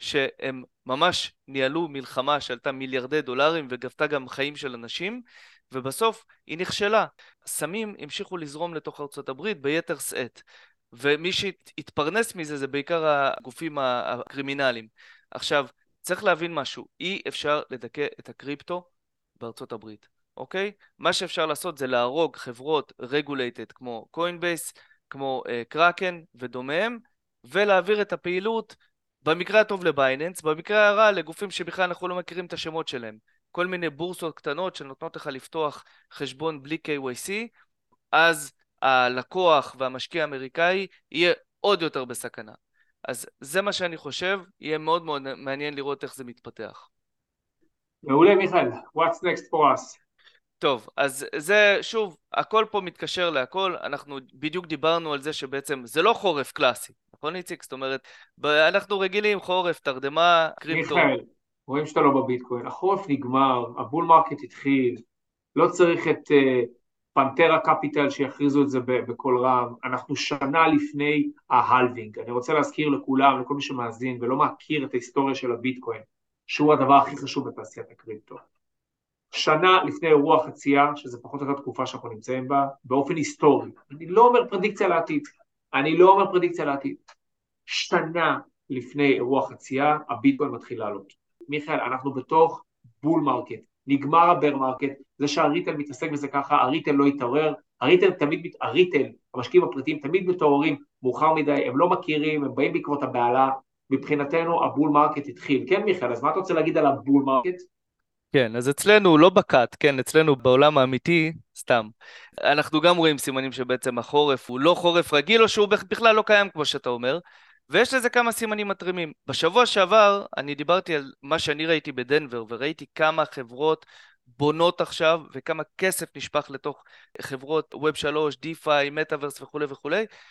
שהם ממש ניהלו מלחמה שעלתה מיליארדי דולרים וגבתה גם חיים של אנשים, ובסוף היא נכשלה. סמים המשיכו לזרום לתוך ארצות הברית ביתר שאת, ומי שהתפרנס מזה זה בעיקר הגופים הקרימינליים. עכשיו, צריך להבין משהו, אי אפשר לדכא את הקריפטו בארצות הברית, אוקיי? מה שאפשר לעשות זה להרוג חברות רגולייטד כמו קוינבייס, כמו קראקן ודומיהם, ולהעביר את הפעילות במקרה הטוב לבייננס, במקרה הרע לגופים שבכלל אנחנו לא מכירים את השמות שלהם. כל מיני בורסות קטנות שנותנות לך לפתוח חשבון בלי KYC, אז הלקוח והמשקיע האמריקאי יהיה עוד יותר בסכנה. אז זה מה שאני חושב, יהיה מאוד מאוד מעניין לראות איך זה מתפתח. מעולה מיכאל, what's next for us? טוב, אז זה שוב, הכל פה מתקשר להכל, אנחנו בדיוק דיברנו על זה שבעצם זה לא חורף קלאסי, נכון איציק? זאת אומרת, אנחנו רגילים חורף, תרדמה, קריפטו. מיכאל, רואים שאתה לא בביטקוין, החורף נגמר, הבול מרקט התחיל, לא צריך את פנטרה קפיטל שיכריזו את זה בכל רם, אנחנו שנה לפני ההלווינג, אני רוצה להזכיר לכולם, לכל מי שמאזין ולא מכיר את ההיסטוריה של הביטקוין, שהוא הדבר הכי חשוב בתעשיית הקריפטו. שנה לפני אירוע חצייה, שזה פחות או יותר תקופה שאנחנו נמצאים בה, באופן היסטורי, אני לא אומר פרדיקציה לעתיד, שנה לפני אירוע חצייה, הביטקוין מתחיל לעלות. מיכאל, אנחנו בתוך בול מרקט, נגמר הבר מרקט, זה שהריטל מתעסק בזה ככה, הריטל לא יתעורר, הריטל, המשקיעים הפרטיים תמיד מתעוררים מאוחר מדי, הם לא מכירים, הם באים בעקבות הבעלה, מבחינתנו הבול מרקט התחיל. כן מיכאל, אז מה אתה רוצה להגיד על הבול מרקט? כן, אז אצלנו לא בקאט, כן, אצלנו בעולם האמיתי, סתם. אנחנו גם רואים סימנים שבעצם החורף הוא לא חורף רגיל, או שהוא בכלל לא קיים כמו שאתה אומר, ויש לזה כמה סימנים מתרימים. בשבוע שעבר אני דיברתי על מה שאני ראיתי בדנבר, וראיתי כמה חברות בונות עכשיו, וכמה כסף נשפך לתוך חברות Web 3, DeFi, Metaverse וכו' וכו'.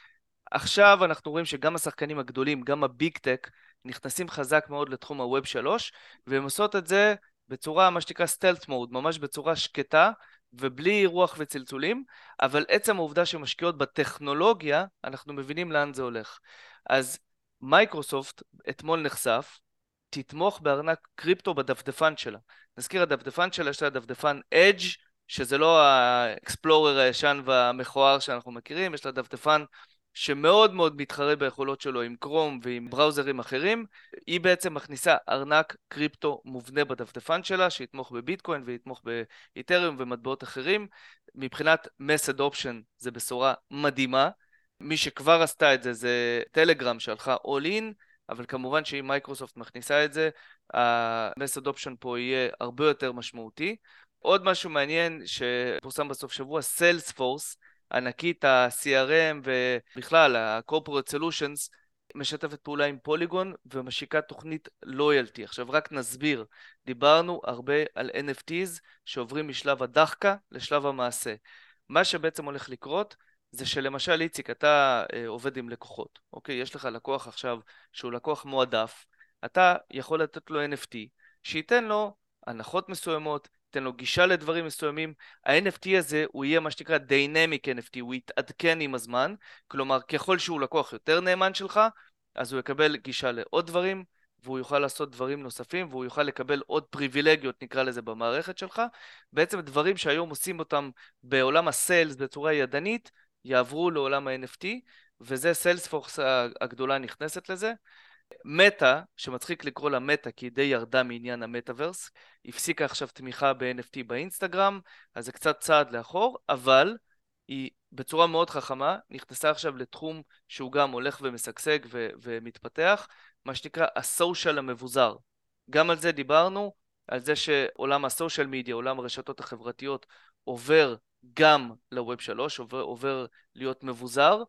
עכשיו אנחנו רואים שגם השחקנים הגדולים, גם הביג טק, נכנסים חזק מאוד לתחום ה-Web 3, והם עושות את זה בצורה, מה שנקרא סטלט מוד, ממש בצורה שקטה, ובלי רוח וצלצולים, אבל עצם העובדה שמשקיעות בטכנולוגיה, אנחנו מבינים לאן זה הולך. אז מייקרוסופט אתמול נחשף, תתמוך בארנק קריפטו בדפדפן שלה. נזכיר, הדפדפן שלה יש לה דפדפן Edge, שזה לא האקספלורר הישן והמכוער שאנחנו מכירים, יש לה דפדפן שמאוד מאוד מתחרה ביכולות שלו עם קרום ועם בראוזרים אחרים. היא בעצם מכניסה ארנק קריפטו מובנה בדפדפן שלה, שיתמוך בביטקוין ויתמוך באיתריום ומטבעות אחרים. מבחינת mass adoption זה בשורה מדהימה. מי שכבר עשתה את זה זה טלגרם שהלכה all in, אבל כמובן שאם מייקרוסופט מכניסה את זה, ה-mass adoption פה יהיה הרבה יותר משמעותי. עוד משהו מעניין שפורסם בסוף שבוע, סיילספורס, ענקית ה-CRM ובכלל ה-Corporate Solutions, משתפת פעולה עם פוליגון ומשיקה תוכנית לויאלטי. עכשיו רק נסביר, דיברנו הרבה על NFTs שעוברים משלב הדחקה לשלב המעשה. מה שבעצם הולך לקרות זה שלמשל איציק, אתה עובד עם לקוחות, אוקיי? יש לך לקוח עכשיו שהוא לקוח מועדף, אתה יכול לתת לו NFT, שייתן לו הנחות מסוימות, תן לו גישה לדברים מסוימים. ה-NFT הזה הוא יהיה מה שנקרא Dynamic NFT, הוא יתעדכן עם הזמן, כלומר ככל שהוא לקוח יותר נאמן שלך, אז הוא יקבל גישה לעוד דברים, והוא יוכל לעשות דברים נוספים, והוא יוכל לקבל עוד פריבילגיות, נקרא לזה, במערכת שלך. בעצם דברים שהיום עושים אותם בעולם הסיילס בצורה ידנית, יעברו לעולם ה-NFT, וזה סיילספורס הגדולה נכנסת לזה. מטה, שמצחיק לקרוא לה מטה כי היא די ירדה מעניין המטאברס, הפסיקה עכשיו תמיכה ב-NFT באינסטגרם, אז זה קצת צעד לאחור, אבל היא בצורה מאוד חכמה נכנסה עכשיו לתחום שהוא גם הולך ומשגשג ומתפתח, מה שנקרא הסושיאל המבוזר. גם על זה דיברנו, על זה שעולם הסושיאל מדיה, עולם הרשתות החברתיות, עובר גם לווב 3, עובר להיות מבוזר,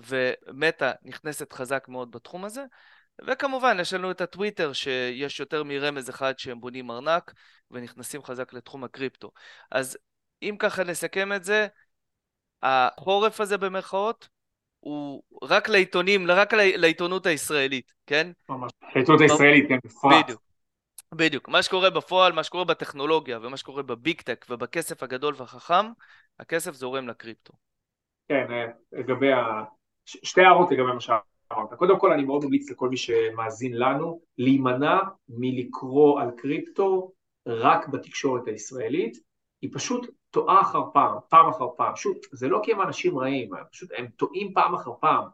ומטה נכנסת חזק מאוד בתחום הזה. וכמובן יש לנו את הטוויטר שיש יותר מרמז אחד שהם בונים ארנק ונכנסים חזק לתחום הקריפטו. אז אם ככה נסכם את זה, החורף הזה במרכאות הוא רק לעיתונים, רק לעיתונות הישראלית, כן? ממש, העיתונות הישראלית, כן, בפרט. בדיוק. מה שקורה בפועל, מה שקורה בטכנולוגיה ומה שקורה בביג טק ובכסף הגדול והחכם, הכסף זורם לקריפטו. כן, לגבי שתי הערות לגבי מה שאמרת. קודם כל אני מאוד ממליץ לכל מי שמאזין לנו להימנע מלקרוא על קריפטו רק בתקשורת הישראלית, היא פשוט טועה אחר פעם, פעם אחר פעם, פשוט זה לא כי הם אנשים רעים, פשוט הם טועים פעם אחר פעם,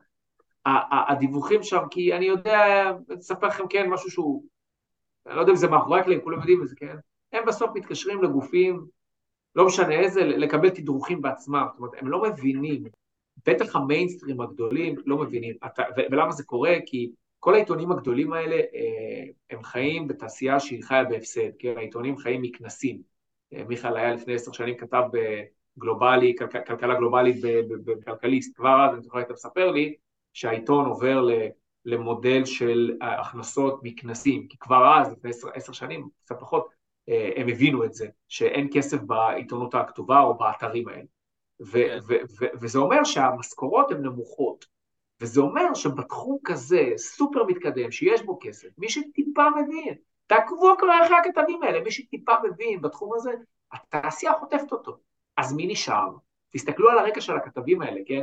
הדיווחים שם, כי אני יודע, אספר לכם כן משהו שהוא, אני לא יודע אם זה מאחורי הקלעים, כולם יודעים את זה, כן? הם בסוף מתקשרים לגופים, לא משנה איזה, לקבל תדרוכים בעצמם, זאת אומרת, הם לא מבינים, בטח המיינסטרים הגדולים לא מבינים, ולמה זה קורה? כי כל העיתונים הגדולים האלה, הם חיים בתעשייה שהיא חיה בהפסד, כן? העיתונים חיים מכנסים. מיכאל היה לפני 10 שנים כתב בגלובלי, כלכלה גלובלית בכלכליסט, כבר אז, אני זוכר, היית מספר לי, שהעיתון עובר למודל של הכנסות מכנסים, כי כבר אז, לפני 10 שנים, קצת פחות, הם הבינו את זה, שאין כסף בעיתונות הכתובה או באתרים האלה. כן. וזה אומר שהמשכורות הן נמוכות, וזה אומר שבתחום כזה, סופר מתקדם, שיש בו כסף, מי שטיפה מבין, תעקבו כבר אחרי הכתבים האלה, מי שטיפה מבין בתחום הזה, התעשייה חוטפת אותו. אז מי נשאר? תסתכלו על הרקע של הכתבים האלה, כן?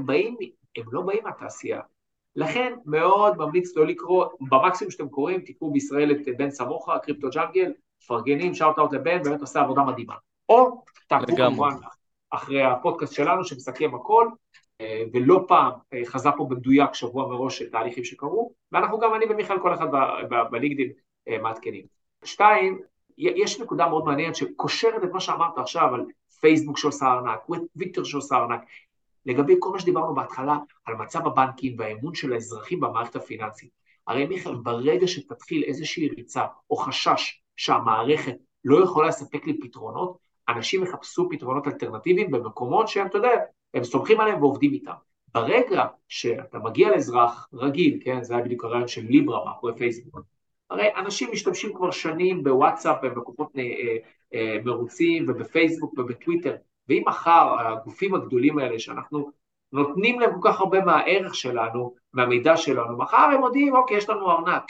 הם לא באים מהתעשייה. לכן מאוד ממליץ לא לקרוא, במקסימום שאתם קוראים, תקראו בישראל את בן סמוכה, קריפטו ג'אנגל, פרגנים, שאוט אאוט לבן, באמת עושה עבודה מדהימה. או תעקבו לגמרי. כמובן אחרי הפודקאסט שלנו שמסכם הכל, ולא פעם חזה פה במדויק שבוע מראש תהליכים שקרו, ואנחנו גם, אני ומיכאל, כל אחד בלינקדאין מעדכנים. 2, יש נקודה מאוד מעניינת שקושרת את מה שאמרת עכשיו על פייסבוק שעושה ארנק, טוויטר שעושה ארנק, לגבי כל מה שדיברנו בהתחלה על מצב הבנקים והאמון של האזרחים במערכת הפיננסית. הרי מיכאל, ברגע שתתחיל איזושהי ריצה או חשש שהמערכת לא יכולה לספק לי פתרונות, אנשים יחפשו פתרונות אלטרנטיביים במקומות שהם, אתה יודע, הם סומכים עליהם ועובדים איתם. ברגע שאתה מגיע לאזרח רגיל, כן, זה היה בדיוק הרעיון של ליברה מאחורי פייסבוק, הרי אנשים משתמשים כבר שנים בוואטסאפ ובקופות מרוצים ובפייסבוק ובטוויטר, ואם מחר הגופים הגדולים האלה שאנחנו נותנים להם כל כך הרבה מהערך שלנו, מהמידע שלנו, מחר הם יודעים, אוקיי, יש לנו ארנק.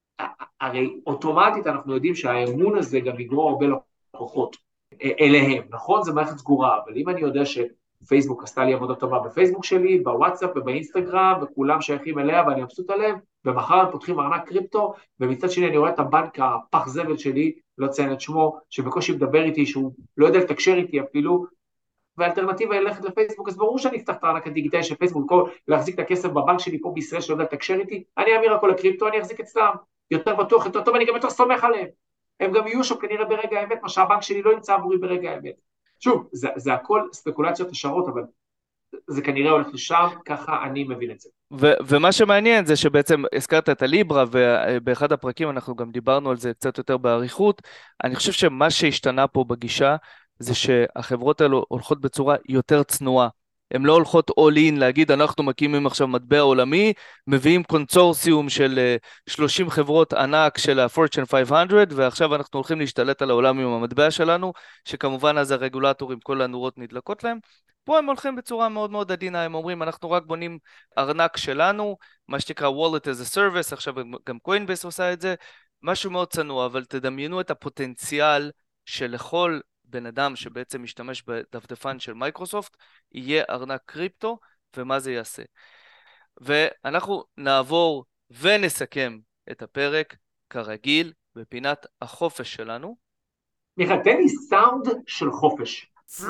הרי אוטומטית אנחנו יודעים שהאמון הזה גם יגרור הרבה לקוחות אליהם, נכון? זה מערכת סגורה, אבל אם אני יודע שפייסבוק עשתה לי עבודה טובה בפייסבוק שלי, בוואטסאפ ובאינסטגרם, וכולם שייכים אליה ואני מבסוט עליהם, ומחר הם פותחים ארנק קריפטו, ומצד שני אני רואה את הבנק הפח זבל שלי, לא ציין את שמו, שבקושי מדבר איתי, שהוא לא יודע לתקשר איתי אפילו, והאלטרנטיבה היא ללכת לפייסבוק, אז ברור שאני אפתח את הארנק הדיגיטלי של פייסבוק, במקום להחזיק את הכסף בבנק שלי פה בישראל שלא יודע לתקשר איתי, אני אעביר הכל לקריפטו, אני אחזיק אצלם, יותר בטוח, יותר טוב, אני גם יותר סומך עליהם. הם גם יהיו שם כנראה ברגע האמת, מה שהבנק שלי לא ימצא עבורי ברגע האמת. שוב, זה הכל ספקולציות השערות, אבל זה כנראה הולך לשם, ככה אני מבין את זה. ומה שמעניין זה שבעצם הזכרת את הליברה, ובאחד הפרקים אנחנו גם דיברנו על זה קצת יותר באריכות. אני חושב שמה שהשתנה פה בגישה זה שהחברות האלו הולכות בצורה יותר צנועה. הן לא הולכות all in להגיד אנחנו מקימים עכשיו מטבע עולמי, מביאים קונסורסיום של 30 חברות ענק של ה-Fortune 500, ועכשיו אנחנו הולכים להשתלט על העולם עם המטבע שלנו, שכמובן אז הרגולטורים כל הנורות נדלקות להם. פה הם הולכים בצורה מאוד מאוד עדינה, הם אומרים אנחנו רק בונים ארנק שלנו, מה שנקרא Wallet as a Service, עכשיו גם Coinbase עושה את זה, משהו מאוד צנוע, אבל תדמיינו את הפוטנציאל שלכל בן אדם שבעצם משתמש בדפדפן של מייקרוסופט, יהיה ארנק קריפטו, ומה זה יעשה. ואנחנו נעבור ונסכם את הפרק כרגיל בפינת החופש שלנו. מיכאל, תן לי סאונד של חופש.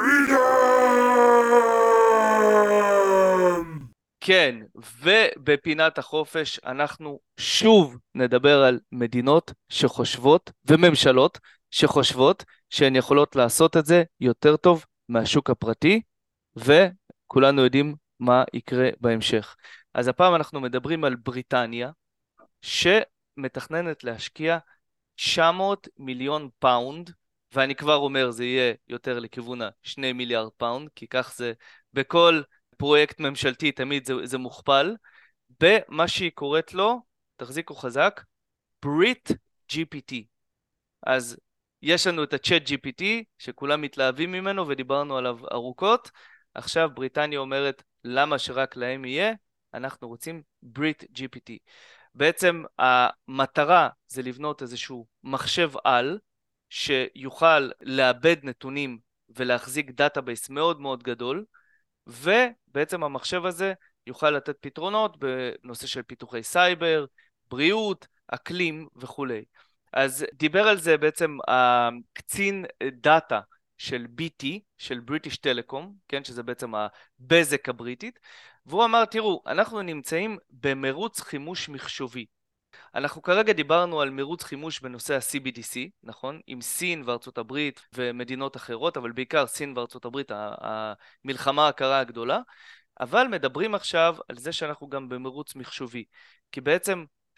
כן, ובפינת החופש אנחנו שוב נדבר על מדינות שחושבות וממשלות שחושבות שהן יכולות לעשות את זה יותר טוב מהשוק הפרטי, וכולנו יודעים מה יקרה בהמשך. אז הפעם אנחנו מדברים על בריטניה, שמתכננת להשקיע 900 מיליון פאונד, ואני כבר אומר זה יהיה יותר לכיוון ה-2 מיליארד פאונד, כי כך זה בכל פרויקט ממשלתי, תמיד זה מוכפל, במה שהיא קוראת לו, תחזיקו חזק, ברית GPT. אז יש לנו את הצ'אט GPT, שכולם מתלהבים ממנו ודיברנו עליו ארוכות, עכשיו בריטניה אומרת, למה שרק להם יהיה? אנחנו רוצים ברית GPT. בעצם המטרה זה לבנות איזשהו מחשב על, שיוכל לאבד נתונים ולהחזיק דאטאבייס מאוד מאוד גדול, ובעצם המחשב הזה יוכל לתת פתרונות בנושא של פיתוחי סייבר, בריאות, אקלים וכו'. אז דיבר על זה בעצם הקצין דאטה של BT, של בריטיש טלקום, כן, שזה בעצם הבזק הבריטית, והוא אמר, תראו, אנחנו נמצאים במרוץ חימוש מחשובי. אנחנו כרגע דיברנו על מרוץ חימוש בנושא ה-CBDC, נכון? עם סין וארצות הברית ומדינות אחרות, אבל בעיקר סין וארצות הברית, המלחמה הקרה הגדולה, אבל מדברים עכשיו על זה שאנחנו גם במרוץ מחשובי, כי בעצם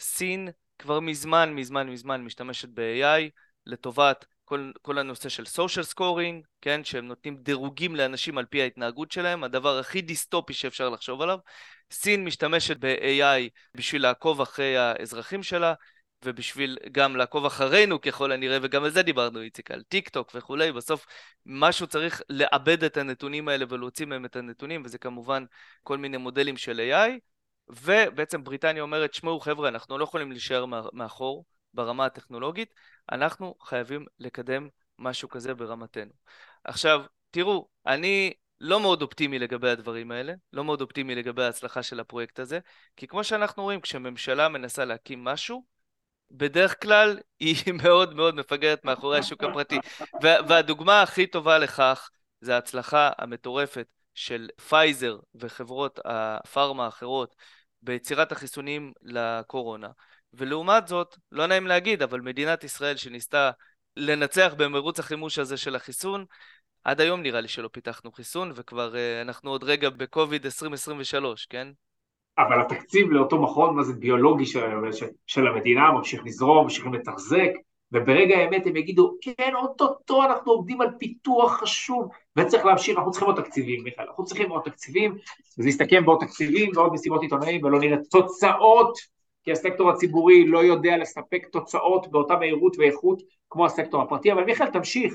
סין כבר מזמן משתמשת ב-AI לטובת כל הנושא של social scoring, כן, שהם נותנים דירוגים לאנשים על פי ההתנהגות שלהם, הדבר הכי דיסטופי שאפשר לחשוב עליו. סין משתמשת ב-AI בשביל לעקוב אחרי האזרחים שלה, ובשביל גם לעקוב אחרינו ככל הנראה, וגם על זה דיברנו, איציק, על טיק טוק וכולי. בסוף משהו צריך לעבד את הנתונים האלה ולהוציא מהם את הנתונים, וזה כמובן כל מיני מודלים של AI, ובעצם בריטניה אומרת, שמעו חבר'ה, אנחנו לא יכולים להישאר מאחור ברמה הטכנולוגית, אנחנו חייבים לקדם משהו כזה ברמתנו. עכשיו, תראו, אני לא מאוד אופטימי לגבי הדברים האלה, לא מאוד אופטימי לגבי ההצלחה של הפרויקט הזה, כי כמו שאנחנו רואים, כשממשלה מנסה להקים משהו, בדרך כלל היא מאוד מאוד מפגרת מאחורי השוק הפרטי. והדוגמה הכי טובה לכך זה ההצלחה המטורפת של פייזר וחברות הפארמה האחרות ביצירת החיסונים לקורונה. ולעומת זאת, לא נעים להגיד, אבל מדינת ישראל שניסתה לנצח במרוץ החימוש הזה של החיסון, עד היום נראה לי שלא פיתחנו חיסון, וכבר אנחנו עוד רגע בקוביד 2023, כן? אבל התקציב לאותו מכון, מה זה ביולוגי של המדינה, ממשיך לזרום, ממשיכים לתחזק, וברגע האמת הם יגידו, כן, אוטוטו אנחנו עובדים על פיתוח חשוב, וצריך להמשיך, אנחנו צריכים עוד תקציבים, מיכאל, אנחנו צריכים עוד תקציבים, וזה יסתכם בעוד תקציבים ועוד מסיבות עיתונאים, ולא נראה תוצאות, כי הסקטור הציבורי לא יודע לספק תוצאות באותה מהירות ואיכות כמו הסקטור הפרטי, אבל מיכאל, תמשיך,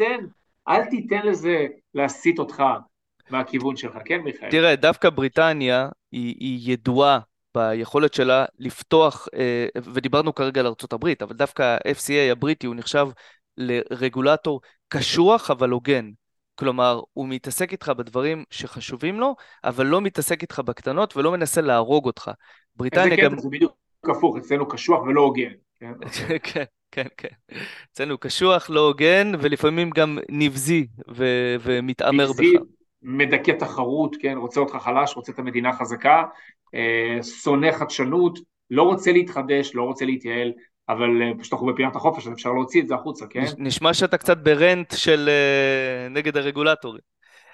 אל תיתן לזה להסיט אותך מהכיוון שלך, כן, מיכאל? תראה, דווקא בריטניה היא ידועה ביכולת שלה לפתוח, ודיברנו כרגע על ארצות הברית, אבל דווקא ה-FCA הבריטי הוא נחשב לרגולטור קשוח אבל הוגן. כלומר, הוא מתעסק איתך בדברים שחשובים לו, אבל לא מתעסק איתך בקטנות ולא מנסה להרוג אותך. איזה בריטניה קטע, גם... זה בדיוק הפוך, אצלנו קשוח ולא הוגן. כן, אוקיי. כן, כן, כן. אצלנו קשוח, לא הוגן, ולפעמים גם נבזי ומתעמר בך. נבזי, מדכא תחרות, כן, רוצה אותך חלש, רוצה את המדינה חזקה, שונא חדשנות, לא רוצה להתחדש, לא רוצה להתייעל, אבל פשוט אנחנו בפינת החופש, אז אפשר להוציא את זה החוצה, כן? נשמע שאתה קצת ברנט של נגד הרגולטורים.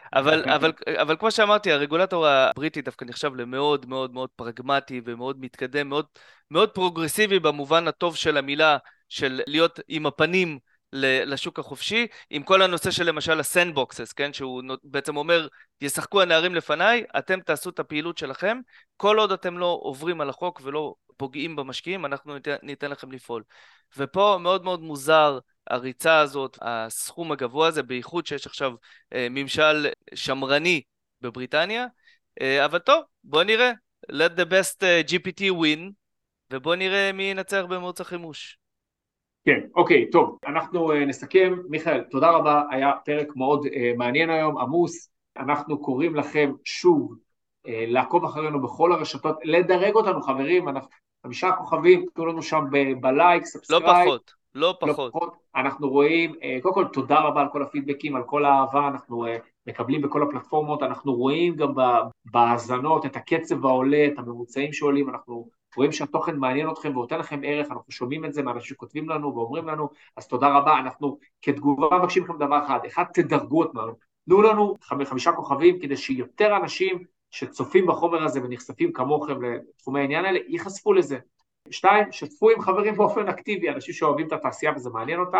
אבל כמו שאמרתי, הרגולטור הבריטי דווקא נחשב למאוד מאוד מאוד פרגמטי ומאוד מתקדם, מאוד, מאוד פרוגרסיבי במובן הטוב של המילה, של להיות עם הפנים לשוק החופשי, עם כל הנושא של למשל הסנדבוקסס, כן? שהוא בעצם אומר, ישחקו הנערים לפניי, אתם תעשו את הפעילות שלכם, כל עוד אתם לא עוברים על החוק ולא פוגעים במשקיעים, אנחנו ניתן לכם לפעול. ופה מאוד מאוד מוזר הריצה הזאת, הסכום הגבוה הזה, בייחוד שיש עכשיו ממשל שמרני בבריטניה, אבל טוב, בוא נראה, let the best GPT win, ובוא נראה מי ינצח במרוץ החימוש. כן, אוקיי, טוב, אנחנו נסכם. מיכאל, תודה רבה, היה פרק מאוד מעניין היום, עמוס, אנחנו קוראים לכם שוב לעקוב אחרינו בכל הרשתות, לדרג אותנו חברים, 5 כוכבים, תנו לנו שם בלייק, סאבסקרייב. לא פחות. אנחנו רואים, קודם כל תודה רבה על כל הפידבקים, על כל האהבה, אנחנו מקבלים בכל הפלטפורמות, אנחנו רואים גם בהאזנות את הקצב העולה, את הממוצעים שעולים, אנחנו רואים שהתוכן מעניין אתכם ונותן לכם ערך, אנחנו שומעים את זה מאנשים שכותבים לנו ואומרים לנו, אז תודה רבה, אנחנו כתגובה מבקשים לכם דבר אחד, תדרגו אותנו, תנו לנו 5 כוכבים כדי שיותר אנשים שצופים בחומר הזה ונחשפים כמוכם לתחומי העניין האלה, ייחשפו לזה. 2, שתפו עם חברים באופן אקטיבי, אנשים שאוהבים את התעשייה וזה מעניין אותם,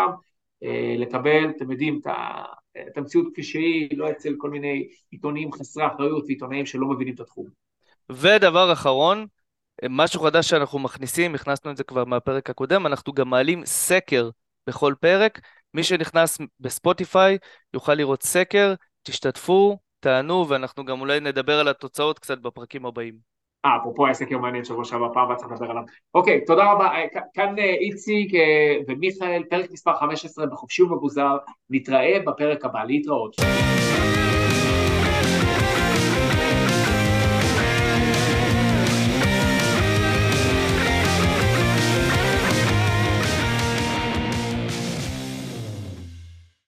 לקבל, אתם יודעים, את המציאות כפי שהיא, לא אצל כל מיני עיתונאים חסרי אחריות ועיתונאים שלא מבינים את התחום. ודבר אחרון, משהו חדש שאנחנו מכניסים, הכנסנו את זה כבר מהפרק הקודם, אנחנו גם מעלים סקר בכל פרק, מי שנכנס בספוטיפיי יוכל לראות סקר, תשתתפו, תענו, ואנחנו גם אולי נדבר על התוצאות קצת בפרקים הבאים. אפרופו היה סקר מעניין שבוע שעבר, פעם צריך לדבר עליו. אוקיי, תודה רבה, כאן איציק ומיכאל, פרק מספר 15 בחופשי ובמבוזר, נתראה בפרק הבא, להתראות.